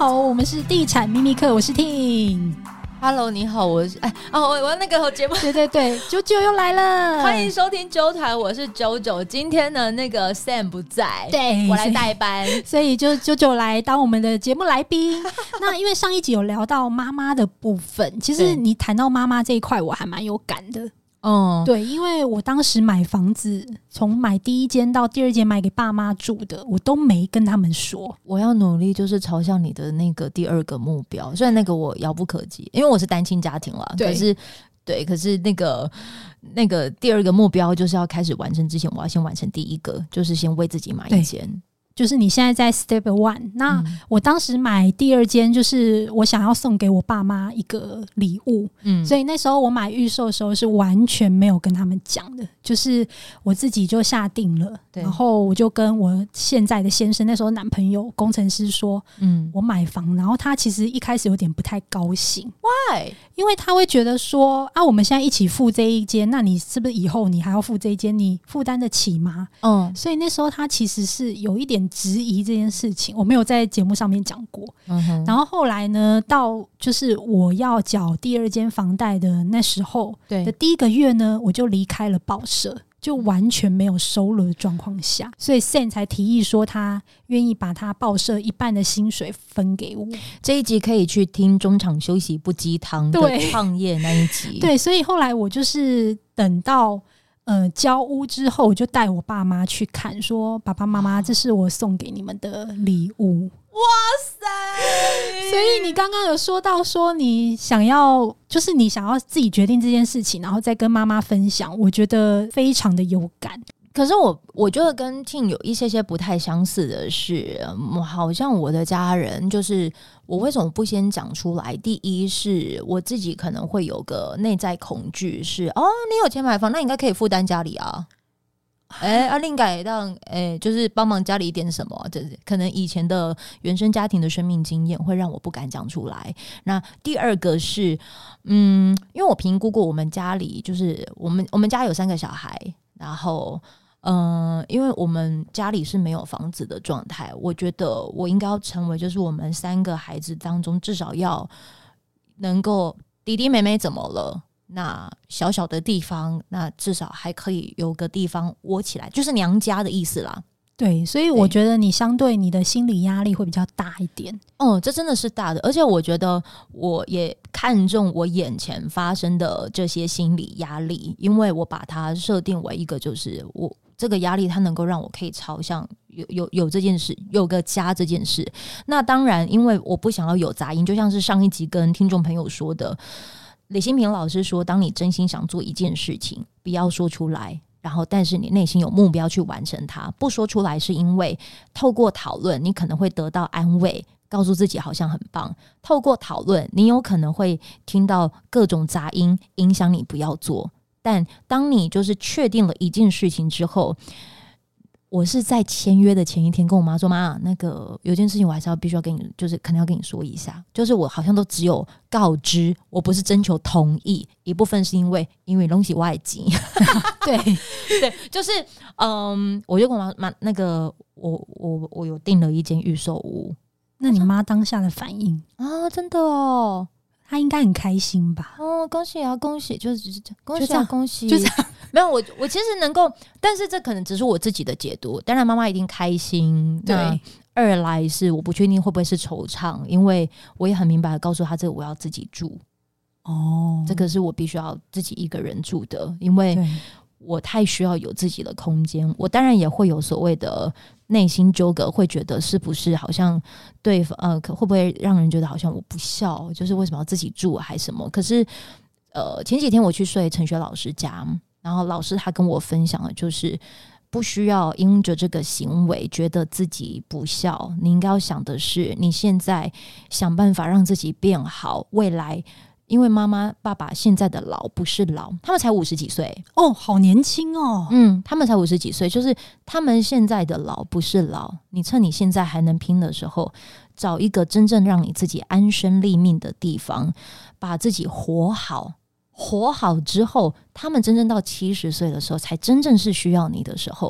好，我们是地产秘密课，我是 Ting。Hello， 你好，我是我那个节目， 对，九九又来了， 欢迎收听九台，我是九九。今天呢，那个 Sam 不在， 对我来代班， 所以就九九来当我们的节目来宾。那因为上一集有聊到妈妈的部分，其实你谈到妈妈这一块，我还蛮有感的。对，因为我当时买房子，从买第一间到第二间买给爸妈住的，我都没跟他们说。 我要努力，就是朝向你的那个第二个目标，虽然那个我遥不可及，因为我是单亲家庭啦。可是那个第二个目标就是要开始完成之前，我要先完成第一个，就是先为自己买一间。 就是你现在在 Step 1， 那我当时买第二间，就是我想要送给我爸妈一个礼物，所以那时候我买预售的时候是完全没有跟他们讲的，就是我自己就下定了，然后我就跟我现在的先生，那时候男朋友工程师说，我买房，然后他其实一开始有点不太高兴 ，Why？ 因为他会觉得说啊，我们现在一起付这一间，那你是不是以后你还要付这一间，你负担得起吗？所以那时候他其实是有一点质疑这件事情，我没有在节目上面讲过。然后后来呢，到就是我要缴第二间房贷的那时候的第一个月呢，我就离开了报社，就完全没有收入的状况下，所以 Sam 才提议说他愿意把他报社一半的薪水分给我。 这一集可以去听中场休息不鸡汤的创业那一集。 对，所以后来我就是等到交屋之后，我就带我爸妈去看，说爸爸妈妈，这是我送给你们的礼物。 哇塞！ 所以你刚刚有说到说你想要，就是你想要自己决定这件事情，然后再跟妈妈分享，我觉得非常的有感。 可是我觉得跟 Ting 有一些不太相似的是，好像我的家人就是我为什么不先讲出来？第一是我自己可能会有个内在恐惧，是你有钱买房，那你应该可以负担家里啊。另改让就是帮忙家里一点什么，可能以前的原生家庭的生命经验会让我不敢讲出来。那第二个是因为我评估过我们家里，就是我们家有3个小孩，然后因为我们家里是没有房子的状态，我觉得我应该要成为就是我们3个孩子当中至少要能够弟弟妹妹怎么了，那小小的地方，那至少还可以有个地方窝起来，就是娘家的意思啦。 对，所以我觉得你相对你的心理压力会比较大一点。 这真的是大的，而且我觉得我也看重我眼前发生的这些心理压力，因为我把它设定为一个，就是我这个压力它能够让我可以朝向有这件事，有个家这件事。那当然因为我不想要有杂音，就像是上一集跟听众朋友说的，李新平老师说，当你真心想做一件事情，不要说出来，然后但是你内心有目标去完成它，不说出来是因为透过讨论你可能会得到安慰，告诉自己好像很棒，透过讨论你有可能会听到各种杂音影响你不要做。但当你就是确定了一件事情之后，我是在签约的前一天跟我妈说，妈，那个有件事情我还是必须要跟你，就是可能要跟你说一下，就是我好像都只有告知，我不是征求同意，一部分是因为东西我也急对对，就是我就跟我妈那个我有订了一间预售屋。 那你妈当下的反应啊，真的哦， 她应该很开心吧？ 恭喜啊，恭喜，就是恭喜啊，恭喜， 就这样。 没有，我其实能够，但是这可能只是我自己的解读。当然，妈妈一定开心。对，二来是我不确定会不会是惆怅，因为我也很明白的告诉她，这个我要自己住。这个是我必须要自己一个人住的，因为我太需要有自己的空间。我当然也会有所谓的内心纠葛，会觉得是不是好像对会不会让人觉得好像我不孝，就是为什么要自己住还什么？可是前几天我去睡陈学老师家，然后老师他跟我分享的就是不需要因着这个行为觉得自己不孝，你应该要想的是你现在想办法让自己变好，未来因为妈妈爸爸现在的老不是老，他们才50几岁好年轻哦。 他们才50几岁，就是他们现在的老不是老，你趁你现在还能拼的时候，找一个真正让你自己安身立命的地方，把自己活好，活好之后，他们真正到70岁的时候才真正是需要你的时候，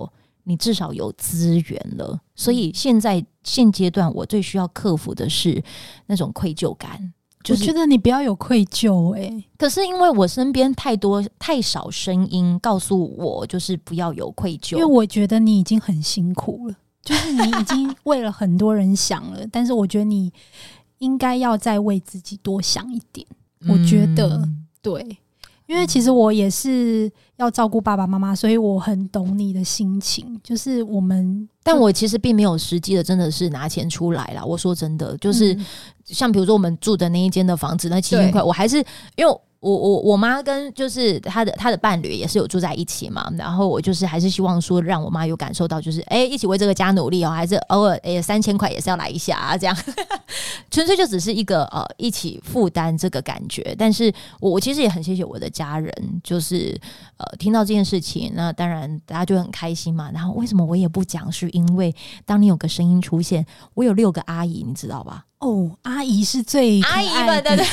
你至少有资源了。所以现阶段我最需要克服的是那种愧疚感。 我觉得你不要有愧疚可是因为我身边太少声音告诉我就是不要有愧疚， 因为我觉得你已经很辛苦了，就是你已经为了很多人想了但是我觉得你应该要再为自己多想一点。我觉得对，因为其实我也是要照顾爸爸妈妈，所以我很懂你的心情，就是但我其实并没有实际的真的是拿钱出来啦。我说真的，就是像比如说我们住的那一间的房子那7000块，我还是因为我妈跟就是她的伴侣也是有住在一起嘛，然后我就是还是希望说让我妈有感受到就是一起为这个家努力还是偶尔3000块也是要来一下这样纯粹就只是一个一起负担这个感觉。但是我其实也很谢谢我的家人，就是听到这件事情，那当然大家就很开心嘛。然后为什么我也不讲，是因为当你有个声音出现，我有6个阿姨，你知道吧？ 阿姨是最可爱的，阿姨们对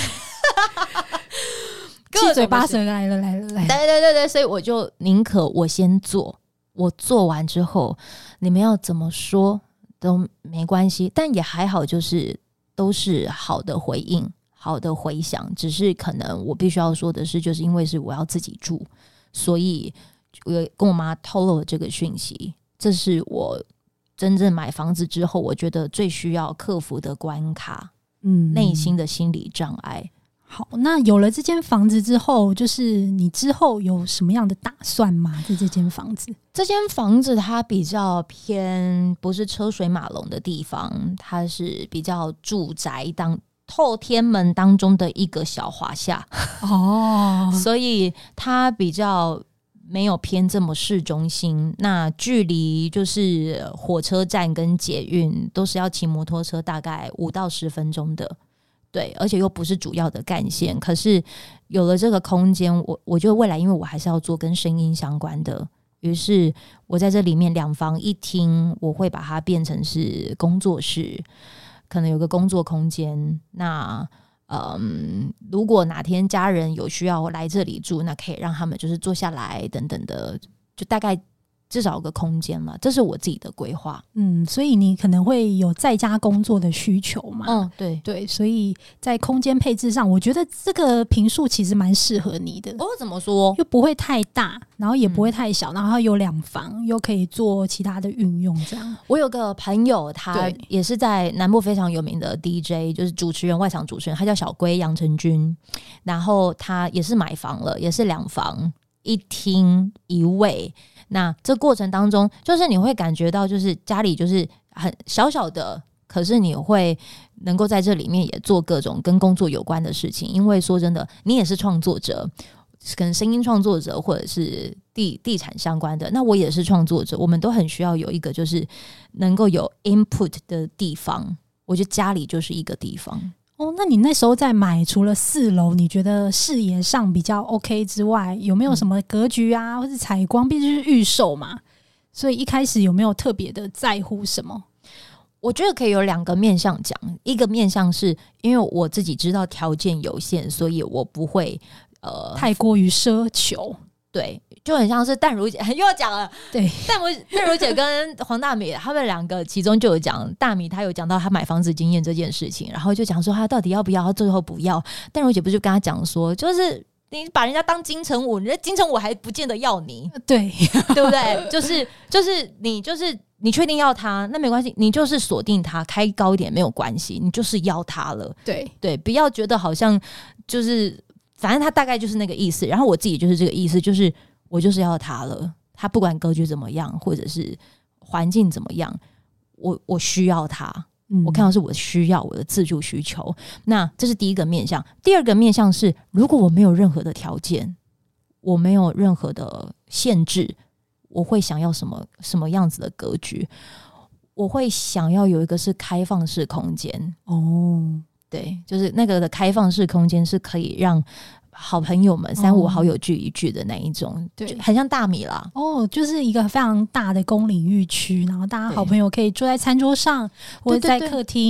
七嘴八舌来了， 对，所以我就宁可我先做，我做完之后你们要怎么说都没关系，但也还好，就是都是好的回应，好的回响。只是可能我必须要说的是，就是因为是我要自己住，所以我跟我妈透露了这个讯息，这是我真正买房子之后我觉得最需要克服的关卡，内心的心理障碍。 好，那有了这间房子之后，就是你之后有什么样的打算吗？在这间房子， 它比较偏不是车水马龙的地方，它是比较住宅透天门当中的一个小华夏所以它比较没有偏这么市中心，那距离就是火车站跟捷运都是要骑摩托车大概5到10分钟的，对，而且又不是主要的干线。可是有了这个空间，我觉得未来因为我还是要做跟声音相关的，于是我在这里面2房1厅，我会把它变成是工作室，可能有个工作空间。那如果哪天家人有需要来这里住，那可以让他们就是坐下来等等的，就大概至少有个空间了，这是我自己的规划。 所以你可能会有在家工作的需求嘛？ 对， 所以在空间配置上，我觉得这个坪数其实蛮适合你的。 怎么说？ 又不会太大，然后也不会太小，然后有2房，又可以做其他的运用。这样， 我有个朋友，他也是在南部非常有名的 DJ， 就是主持人，外场主持人，他叫小龟杨成军，然后他也是买房了，也是2房1厅1卫。那这过程当中，就是你会感觉到，就是家里就是很小小的，可是你会能够在这里面也做各种跟工作有关的事情。因为说真的，你也是创作者，可能声音创作者或者是地产相关的，那我也是创作者，我们都很需要有一个就是能够有 input 的地方。我觉得家里就是一个地方。 那你那时候在买，除了4楼你觉得视野上比较 OK 之外，有没有什么格局啊，或是采光？毕竟是预售嘛，所以一开始有没有特别的在乎什么？ 我觉得可以有2个面向讲。一个面向是因为我自己知道条件有限，所以我不会太过于奢求。 对，就很像是淡如姐又要讲了。 对， 淡如姐跟黄大米他们2个其中就有讲，大米他有讲到他买房子经验这件事情，然后就讲说他到底要不要，他最后不要。淡如姐不就跟他讲说，就是你把人家当金城武，人家金城武还不见得要你， 对对不对？就是你确定要他，那没关系，你就是锁定他，开高一点没有关系，你就是要他了。对，不要觉得好像就是反正他大概就是那个意思。然后我自己就是这个意思，就是我就是要他了，他不管格局怎么样或者是环境怎么样，我需要他。我看到是我需要，我的自住需求。那这是第一个面向。第二个面向是，如果我没有任何的条件，我没有任何的限制，我会想要什么样子的格局？我会想要有一个是开放式空间。对，就是那个的开放式空间是可以让好朋友们3、5好友聚一聚的那一种。对，很像大米啦。 就是一个非常大的公领域区，然后大家好朋友可以坐在餐桌上，或者在客厅，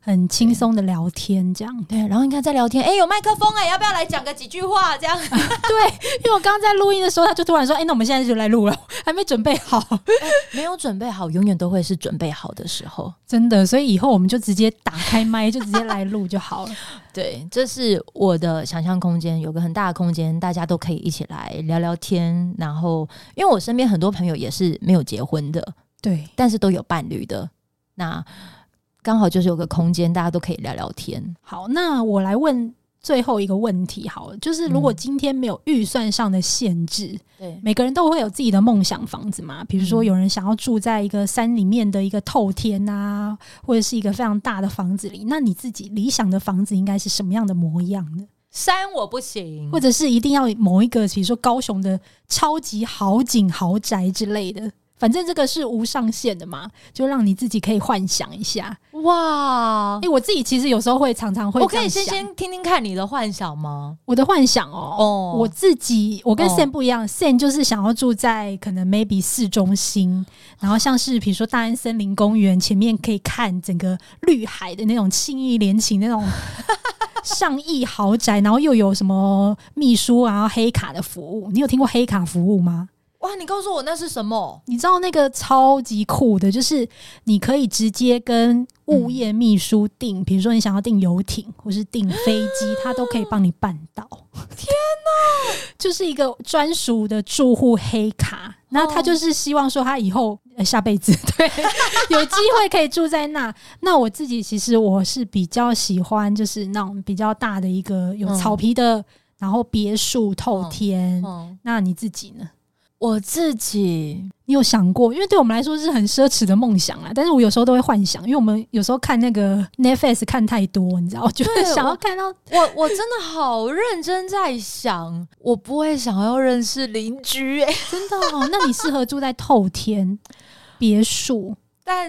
很轻松的聊天这样。 对，然后你看在聊天，有麦克风要不要来讲个几句话这样？ 对，因为我刚刚在录音的时候，他就突然说那我们现在就来录了，还没准备好。 没有准备好永远都会是准备好的时候， 真的，所以以后我们就直接打开麦就直接来录就好了。 对，这是我的想象空间，有个很大的空间，大家都可以一起来聊聊天。然后因为我身边很多朋友也是没有结婚的， 对， 但是都有伴侣的，那刚好就是有个空间大家都可以聊聊天。 好，那我来问最后一个问题好了，就是如果今天没有预算上的限制， 对， 每个人都会有自己的梦想房子嘛，比如说有人想要住在一个山里面的一个透天啊，或者是一个非常大的房子里，那你自己理想的房子应该是什么样的模样呢？ 山我不行， 或者是一定要某一个比如说高雄的超级豪景豪宅之类的，反正这个是无上限的嘛，就让你自己可以幻想一下。 哇， 我自己其实有时候会常常会这样想。 我可以先听听看你的幻想吗？ 我的幻想我自己我跟 Sam 不一样，Sam 就是想要住在可能 maybe 市中心，然后像是比如说大安森林公园前面可以看整个绿海的那种信义联勤那种上亿豪宅，然后又有什么秘书然后黑卡的服务。你有听过黑卡服务吗？ 哇，你告诉我那是什么？ 你知道那个超级酷的，就是你可以直接跟物业秘书订，比如说你想要订游艇或是订飞机，他都可以帮你办到。 天哪， 就是一个专属的住户黑卡，那他就是希望说他以后下辈子对有机会可以住在那。那我自己其实我是比较喜欢就是那种比较大的一个有草皮的，然后别墅透天。那你自己呢？ 我自己， 你有想过？因为对我们来说是很奢侈的梦想啊，但是我有时候都会幻想，因为我们有时候看那个 Netflix 看太多，你知道，就会想要看到我真的好认真在想，我不会想要认识邻居真的那你适合住在透天别墅， 但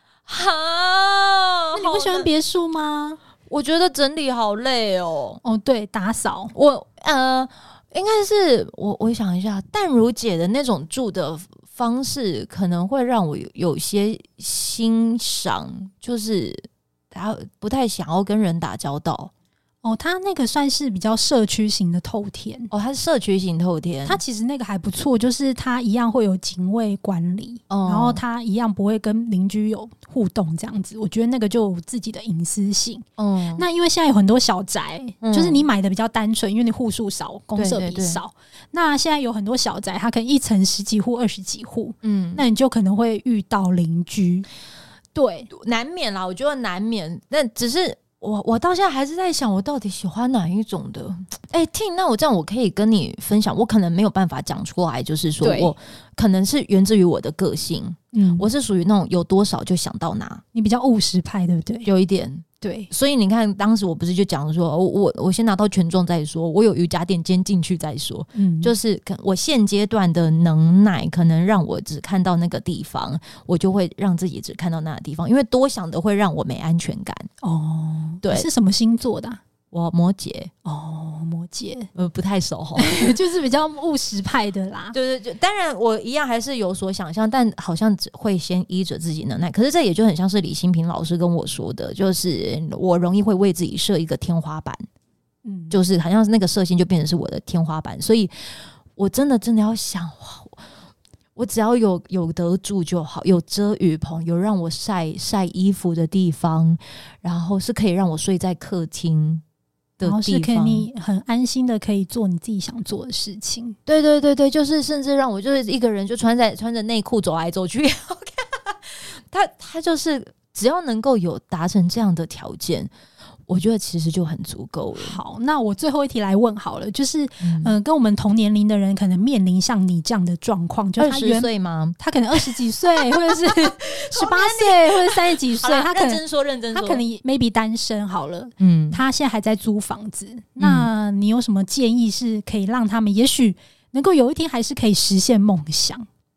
那你不喜欢别墅吗？ 我觉得整理好累哦。 对，打扫应该是我想一下，淡如姐的那种住的方式可能会让我有些欣赏，就是他不太想要跟人打交道。 他那个算是比较社区型的透天他是社区型透天， 他其实那个还不错，就是他一样会有警卫管理，然后他一样不会跟邻居有互动这样子，我觉得那个就有自己的隐私性。那因为现在有很多小宅，就是你买的比较单纯，因为你户数少，公设比少，那现在有很多小宅，它可能一层10几户20几户，那你就可能会遇到邻居，对， 难免啦，我觉得难免，但只是我到现在还是在想，我到底喜欢哪一种的？Tim，那我这样我可以跟你分享，我可能没有办法讲出来，就是说我可能是源自于我的个性，我是属于那种有多少就想到哪， 你比较务实派，对不对？ 有一点。对，所以你看，当时我不是就讲说，我先拿到权重再说，我有瑜伽垫先进去再说，就是我现阶段的能耐可能让我只看到那个地方，我就会让自己只看到那个地方，因为多想的会让我没安全感。对， 你是什么星座的我摩羯。 摩羯不太熟就是比较务实派的啦。 对，当然我一样还是有所想象，但好像只会先依着自己能耐。可是这也就很像是李新平老师跟我说的，就是我容易会为自己设一个天花板，就是好像是那个射线就变成是我的天花板，所以我真的要想，我只要有得住就好，有遮雨棚，有让我晒衣服的地方，然后是可以让我睡在客厅的地方， 然后是可以你很安心的可以做你自己想做的事情。 对，就是甚至让我就是一个人就穿着内裤走来走去他就是只要能够有达成这样的条件，我觉得其实就很足够了。 好，那我最后一题来问好了，就是跟我们同年龄的人可能面临像你这样的状况，就他 20岁吗？ 他可能20几岁，或者是18岁，或者30几岁，他可能认真说， 他可能 maybe 单身好了，他现在还在租房子，那你有什么建议是可以让他们也许能够有一天还是可以实现梦想？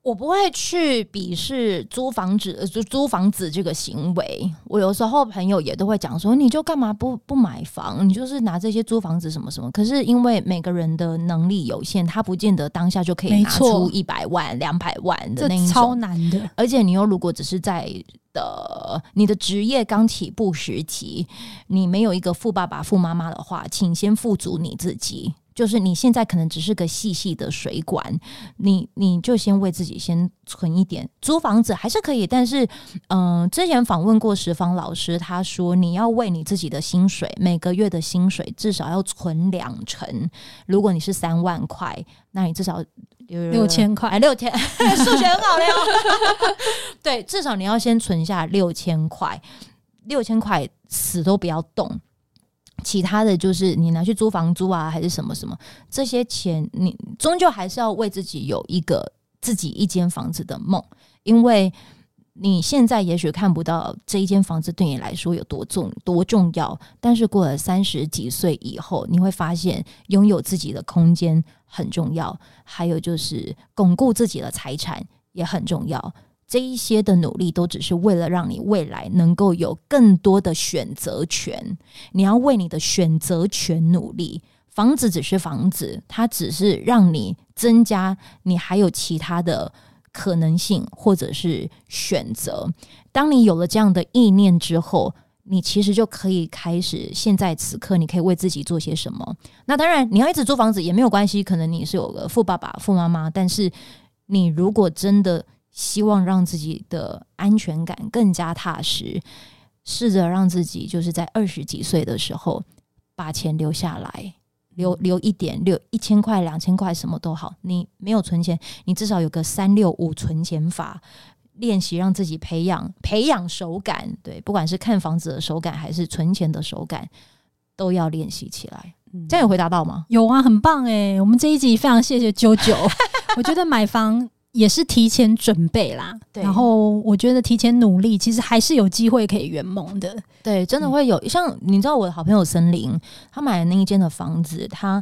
我不会去鄙视租房子这个行为。我有时候朋友也都会讲说，你就干嘛不买房，你就是拿这些租房子什么什么。可是因为每个人的能力有限，他不见得当下就可以拿出100万200万的那一种， 这超难的。 而且你又如果只是在你的职业刚起步时期，你没有一个富爸爸富妈妈的话，请先富足你自己。就是你现在可能只是个细细的水管，你就先为自己先存一点。租房子还是可以，但是之前访问过石方老师，他说你要为你自己的薪水，每个月的薪水至少要存2成。如果你是3万块，那你至少 6000块 ，6000，数学很好了。对，至少你要先存下6000块，6000块死都不要动。其他的就是你拿去租房租啊，还是什么什么，这些钱你终究还是要为自己有一个自己一间房子的梦，因为你现在也许看不到这一间房子对你来说有多重要，但是过了30几岁以后，你会发现拥有自己的空间很重要，还有就是巩固自己的财产也很重要。这一些的努力都只是为了让你未来能够有更多的选择权，你要为你的选择权努力。房子只是房子，它只是让你增加你还有其他的可能性或者是选择。当你有了这样的意念之后，你其实就可以开始现在此刻你可以为自己做些什么。那当然你要一直租房子也没有关系，可能你是有个富爸爸富妈妈，但是你如果真的希望让自己的安全感更加踏实，试着让自己就是在20几岁的时候把钱留下来，留一点，留1000块2000块什么都好。你没有存钱，你至少有个365存钱法，练习让自己培养手感。对，不管是看房子的手感还是存钱的手感，都要练习起来。这样有回答到吗？ 有啊，很棒耶。我们这一集非常谢谢啾啾。我觉得买房也是提前准备啦，然后我觉得提前努力，其实还是有机会可以圆梦的。 对，真的会有。像你知道我的好朋友森林，他买的那一间的房子，他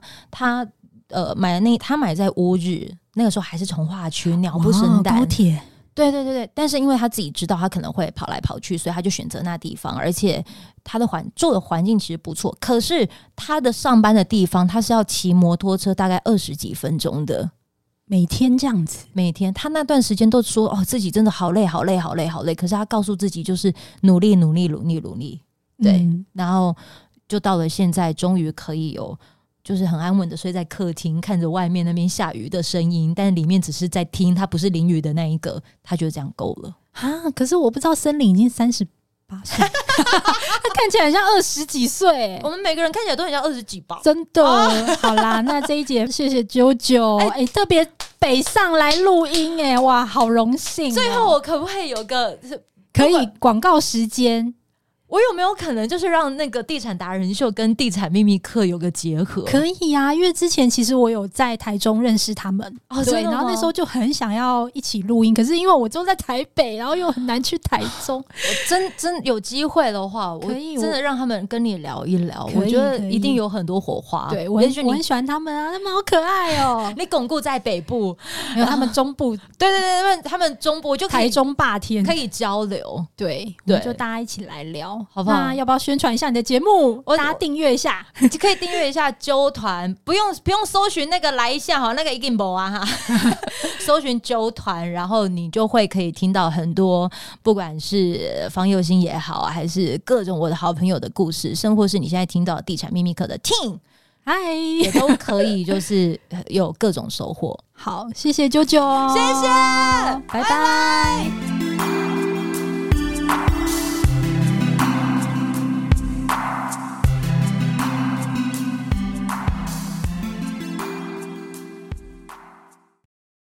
买在乌日，那个时候还是从化区，鸟不生蛋， 高铁。 对，但是因为他自己知道他可能会跑来跑去，所以他就选择那地方，而且他的住的环境其实不错。可是他的上班的地方，他是要骑摩托车大概20几分钟的。 每天这样子， 每天他那段时间都说自己真的好累。可是他告诉自己就是努力，对，然后就到了现在，终于可以有就是很安稳的睡在客厅，看着外面那边下雨的声音，但里面只是在听，他不是淋雨的那一个，他觉得这样够了啊。可是我不知道森林已经38岁，他看起来像20几岁。 我们每个人看起来都很像20几吧， 真的。好啦，那这一节谢谢啾啾，特别北上来录音，哇，好荣幸。 最后我可不可以有个可以广告时间？ 我有没有可能就是让那个地产达人秀跟地产秘密课有个结合？ 可以啊，因为之前其实我有在台中认识他们，对，然后那时候就很想要一起录音，可是因为我就在台北，然后又很难去台中。 我真有机会的话，我真的让他们跟你聊一聊，我觉得一定有很多火花。 对，我很喜欢他们啊，他们好可爱哦。 你巩固在北部， 没有他们中部， 对，他们中部就台中霸天可以交流， 对，我们就大家一起来聊。好不好？ 那要不要宣传一下你的节目？大家订阅一下， 就可以订阅一下啾团，不用搜寻那个来一下哈，那个一定没啊哈，搜寻啾团，然后你就会可以听到很多，不管是方佑兴也好，还是各种我的好朋友的故事，甚或是你现在听到地产秘密课的 team， 嗨， 也都可以，就是有各种收获。 好，谢谢啾啾， 谢谢， 拜拜。